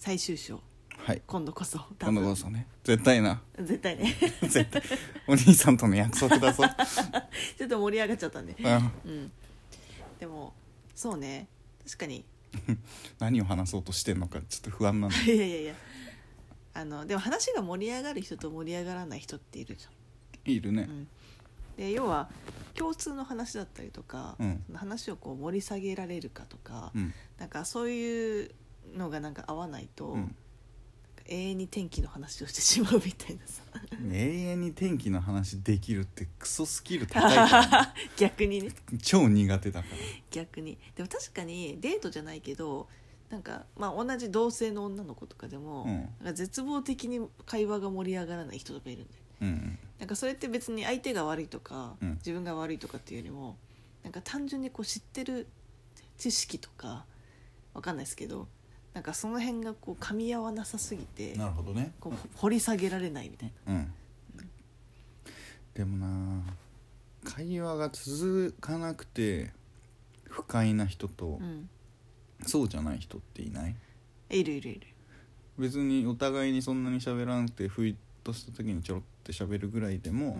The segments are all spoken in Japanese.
最終章、 はい、 今度こそ今度こそね、絶対な絶対ね絶対お兄さんとの約束だぞちょっと盛り上がっちゃったね、 うん、 うん、でもそうね、確かに何を話そうとしてんのかちょっと不安なんだいやいやいや、でも話が盛り上がる人と盛り上がらない人っているじゃん。 いるね、 うん、で要は共通の話だったりとか、 うん、 その話をこう盛り下げられるかとか、 うん、 なんかそういうのがなんか合わないと、 うん、 永遠に天気の話をしてしまうみたいなさ永遠に天気の話できるってクソスキル高いからね逆にね、 超苦手だから。 逆に。でも確かにデートじゃないけど、なんかまあ同じ同性の女の子とかでも、 うんなんか絶望的に会話が盛り上がらない人とかいるんだよ。 うん、 なんかそれって別に相手が悪いとか、 うん、 自分が悪いとかっていうよりも、なんか単純にこう知ってる知識とかわかんないですけど、なんかその辺がこう噛み合わなさすぎて、 なるほどね、 こう掘り下げられないみたいな、 うん、でもな会話が続かなくて不快な人と、 うん、 そうじゃない人っていない？ いるいるいる。 別にお互いにそんなに喋らなくてふいっとした時にちょろって喋るぐらいでも、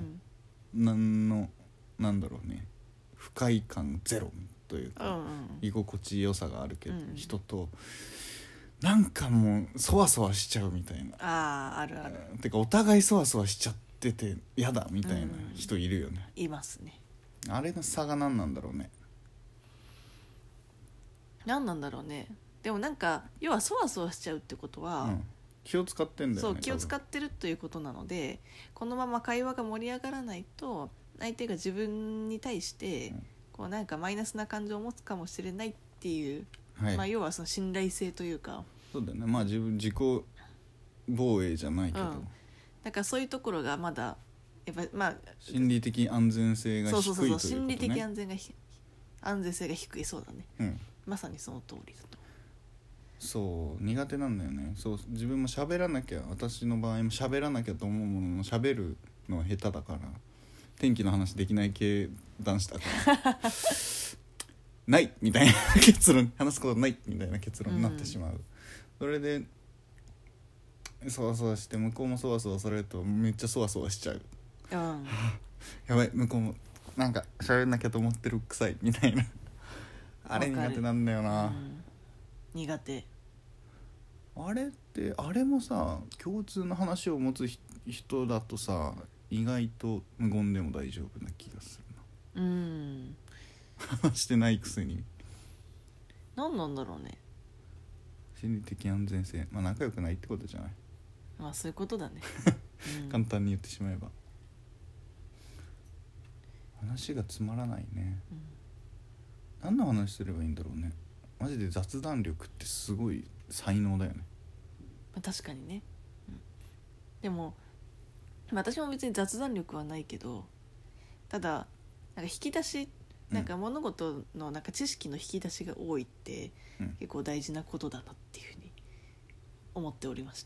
なんだろうね、不快感ゼロというか、居心地良さがあるけど、人となんかもうそわそわしちゃうみたいな、 あるある、 てかお互いそわそわしちゃってて嫌だみたいな人いるよね、 いますね。 あれの差が何なんだろうね。 何なんだろうね。でもなんか要はそわそわしちゃうってことは、 気を使ってんだよね。 そう気を使ってるということなので、このまま会話が盛り上がらないと相手が自分に対して、こうなんかマイナスな感情を持つかもしれないっていう、まあ、要はその信頼性というか、 そうだよね、まあ自己防衛じゃないけど、 だからそういうところがまだやっぱまあ心理的安全性が低いということね。 そう心理的安全性が低い、そうだね、まさにその通りだと。 そう苦手なんだよね。そう自分も喋らなきゃ、私の場合も喋らなきゃと思うものの喋るのは下手だから、天気の話できない系男子だからないみたいな結論、話すことないみたいな結論になってしまう、それでそわそわして、向こうもそわそわされるとめっちゃそわそわしちゃう、やばい向こうもなんか喋んなきゃと思ってるくさいみたいなあれ苦手なんだよな、 苦手。 あれもさ、共通の話を持つ人だとさ、意外と無言でも大丈夫な気がするな。話してないくせに。 何なんだろうね。 心理的安全性、まあ仲良くないってことじゃない。 まあそういうことだね、 簡単に言ってしまえば話がつまらないね、何の話すればいいんだろうね。マジで雑談力ってすごい才能だよね。 確かにね、でも私も別に雑談力はないけど、ただなんか引き出し、なんか物事のなんか知識の引き出しが多いって、結構大事なことだなっていうふうに思っておりまして、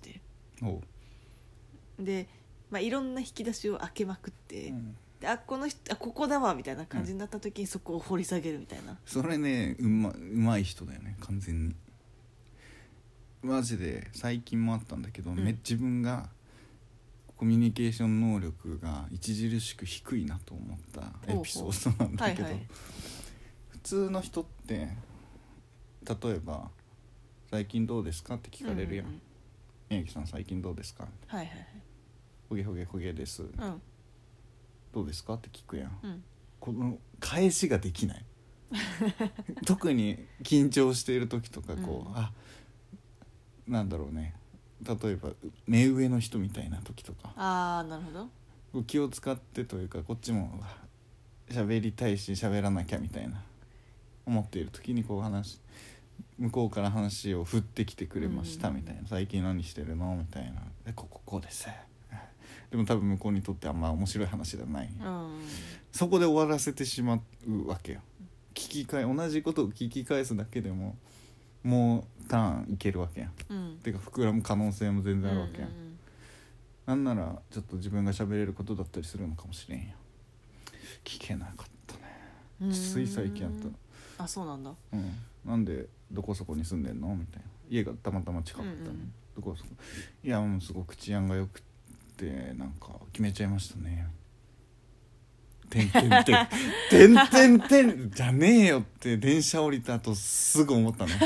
で、まあ、いろんな引き出しを開けまくって、でこの人ここだわみたいな感じになった時にそこを掘り下げるみたいな、 それねうまい人だよね完全に。マジで最近もあったんだけど、自分がコミュニケーション能力が著しく低いなと思ったエピソードなんだけど、普通の人って例えば最近どうですかって聞かれるやん、宮城さん最近どうですか、ほげほげほげです、どうですかって聞くやん、この返しができない特に緊張している時とかこう、なんだろうね、例えば目上の人みたいな時とか、 なるほど気を使ってというか、こっちも喋りたいし喋らなきゃみたいな思っている時にこう向こうから話を振ってきてくれましたみたいな、最近何してるのみたいな、こうですでも多分向こうにとってあんま面白い話ではない、そこで終わらせてしまうわけよ。同じことを聞き返すだけでももうターンいけるわけやん、てか膨らむ可能性も全然あるわけやん、なんならちょっと自分が喋れることだったりするのかもしれんやん。聞けなかったね、つい最近あった。 そうなんだ、 なんでどこそこに住んでんのみたいな、 家がたまたま近かったね、どこですか。いやもうすごく治安が良くってなんか決めちゃいましたね。てんてんてんてんてんてんじゃねえよって電車降りた後すぐ思ったね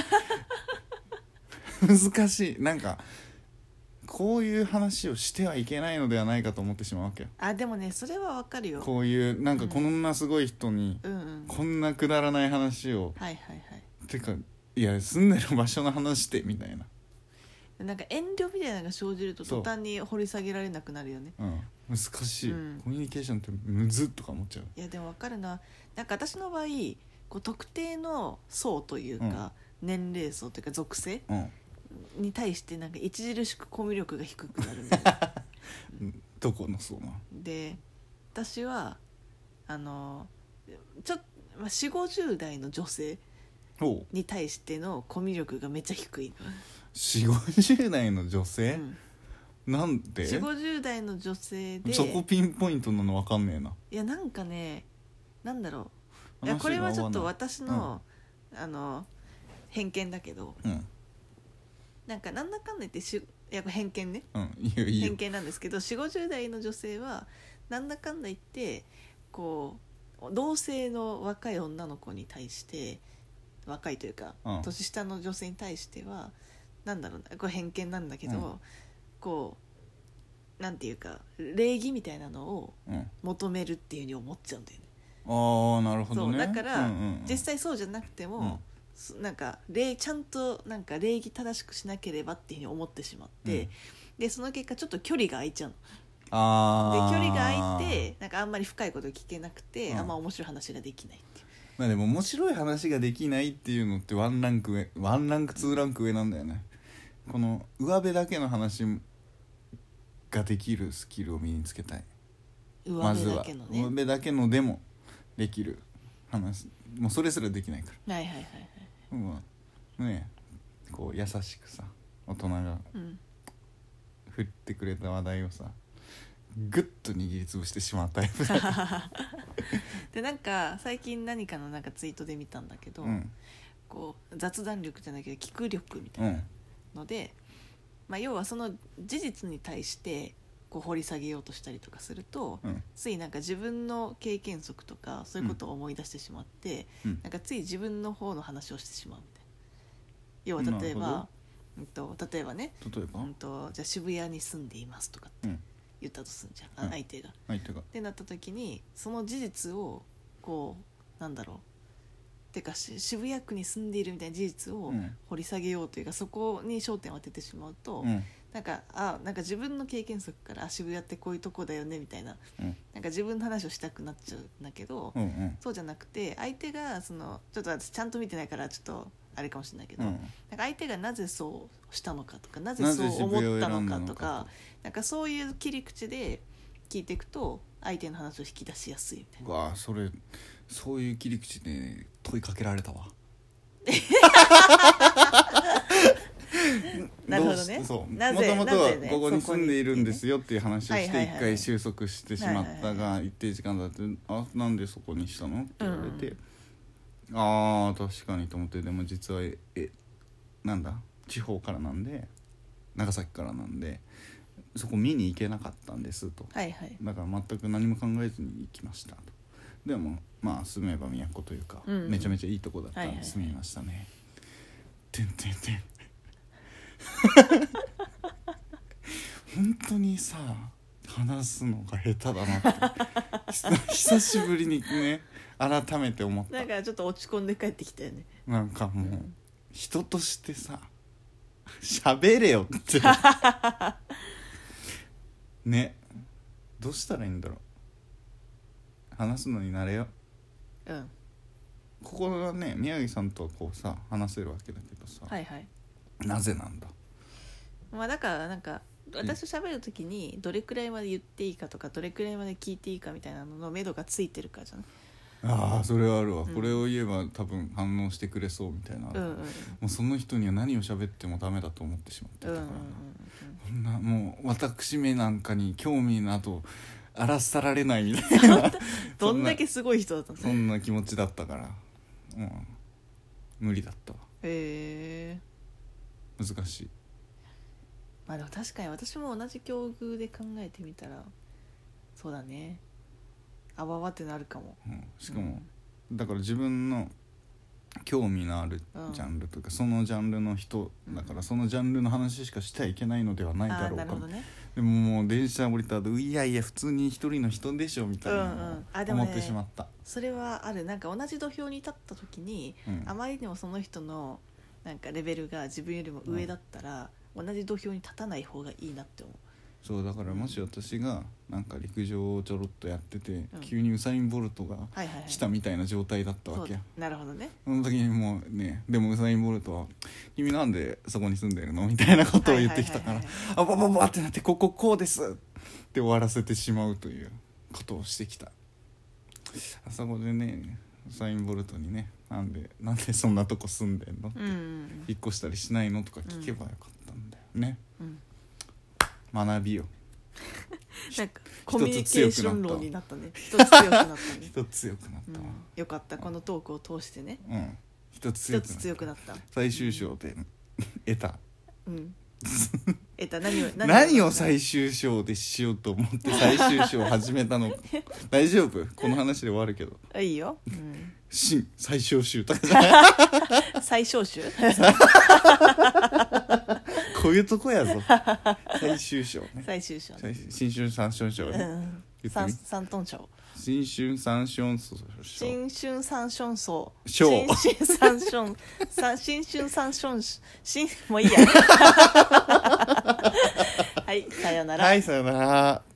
難しい。なんかこういう話をしてはいけないのではないかと思ってしまうわけよ。 あでもねそれはわかるよ。 こういうなんかこんなすごい人にうんうん、 こんなくだらない話を、 はいはいはい。 てかいや住んでる場所の話してみたいな、 なんか遠慮みたいなのが生じると途端に掘り下げられなくなるよね。 うん、難しい、 うん、 コミュニケーションってむずっとか思っちゃう。 いやでも分かるな。なんか私の場合こう特定の層というか、年齢層というか属性うんに対してなんか著しくコミュ力が低くなるんだよねどこのそうなで私はちょっと、4 50代の女性おに対してのコミュ力がめっちゃ低い、 4 50代の女性、なんで 4 50代の女性でそこピンポイントなの分かんねえな。 いやなんかねなんだろう、いや話がこれはちょっと合わ私の、偏見だけど、 ないなんかなんだかんだ言っていやこれ偏見ね、 いいよいいよ偏見なんですけど4 50代の女性はなんだかんだ言ってこう同性の若い女の子に対して若いというか、年下の女性に対してはなんだろうな、これ偏見なんだけど、こうなんていうか礼儀みたいなのを求めるっていう風に思っちゃうんだよね。 ああなるほどね。 そうだから、実際そうじゃなくても、なんかちゃんとなんか礼儀正しくしなければっていうふうに思ってしまって、でその結果ちょっと距離が空いちゃうの。で距離が空いてなんかあんまり深いこと聞けなくて、あんま面白い話ができないっていう。 まあでも面白い話ができないっていうのってワンランク上ワンランクツーランク上なんだよね。この上辺だけの話ができるスキルを身につけたい。 上まずは辺だけのね、 上辺だけのでもできる話、もうそれすらできないかはいはいはいはいら、ねえこう優しくさ大人が振ってくれた話題をさグッと握りつぶしてしまうタイプだでなんか最近何かのなんかツイートで見たんだけど、こう雑談力じゃないけど聞く力みたいなので、要はその事実に対してこう掘り下げようとしたりとかすると、ついなんか自分の経験則とかそういうことを思い出してしまって、なんかつい自分の方の話をしてしまうみたいな。要は例えば、例えばね、じゃあ渋谷に住んでいますとかって言ったとするじゃん、相手が。ってなった時にその事実をこうなんだろうてか渋谷区に住んでいるみたいな事実を掘り下げようというか、そこに焦点を当ててしまうと、なんか自分の経験則から渋谷ってこういうとこだよねみたいな、なんか自分の話をしたくなっちゃうんだけど、そうじゃなくて相手がちょっと私ちゃんと見てないからちょっとあれかもしれないけど、なんか相手がなぜそうしたのかとかなぜそう思ったのかとか、なんかそういう切り口で聞いていくと相手の話を引き出しやすいみたいな。 わあそういう切り口で問いかけられたわなるほどね。 そうもともとはここに住んでいるんですよっていう話をして一回収束してしまったが、一定時間経ってなんでそこにしたのって言われて、ああ確かにと思って、でも実はなんだ地方からなんで長崎からなんでそこ見に行けなかったんですと、だから全く何も考えずに行きましたと。でも住めば都というか、めちゃめちゃいいとこだったんで住みましたね。てんてんてん本当にさ話すのが下手だなって久しぶりにね改めて思った。 なんかちょっと落ち込んで帰ってきたよね。 なんかもう、人としてさ喋れよってね、どうしたらいいんだろう。話すのになれよ。ここはね宮城さんとこうさ話せるわけだけどさ、なぜなんだ。 だからなんか私と喋るときにどれくらいまで言っていいかとかどれくらいまで聞いていいかみたいなのの目処がついてるからじゃない。 ああそれはあるわ、これを言えば多分反応してくれそうみたいな、もうその人には何を喋ってもダメだと思ってしまってたから、そんなもう私めなんかに興味など荒らさられないみたいなどんだけすごい人だったの。 そんな気持ちだったから、無理だったわ。 難しい。 まあでも確かに私も同じ境遇で考えてみたらそうだね、あわわってなるかも、 しかも、だから自分の興味のあるジャンルとか、そのジャンルの人だから、そのジャンルの話しかしてはいけないのではないだろうか、 ね、 でももう電車降りた後いやいや普通に一人の人でしょみたいな思ってしまった、 それはある。なんか同じ土俵に立った時に、あまりにもその人のなんかレベルが自分よりも上だったら、同じ土俵に立たない方がいいなって思う。 そうだからもし私がなんか陸上をちょろっとやってて、急にウサイン・ボルトが来たみたいな状態だったわけや、 なるほどね。 その時にもうね、でもウサイン・ボルトは君なんでそこに住んでるのみたいなことを言ってきたから、あバババってなってこうですって終わらせてしまうということをしてきた。あそこでねウサイン・ボルトにねなんでそんなとこ住んでんのって、引っ越したりしないのとか聞けばよかったんだよね、学びよなんかコミュニケーション論になったね。一つ強くなったね。 一つ強くなったわ、 よかった。このトークを通してね、 一つ強くなった。最終章で得た、得た。何を最終章でしようと思って最終章を始めたのか大丈夫？この話で終わるけどいいよ、 新最小週とかじゃない最小週こういうとこやぞ。最終章ね。 最終章、 新春三章章ね、 三トン章、 新春三章章、 新春三章章、 新春三章、新春三章、もういいやはい、さよなら。 はい、さよなら。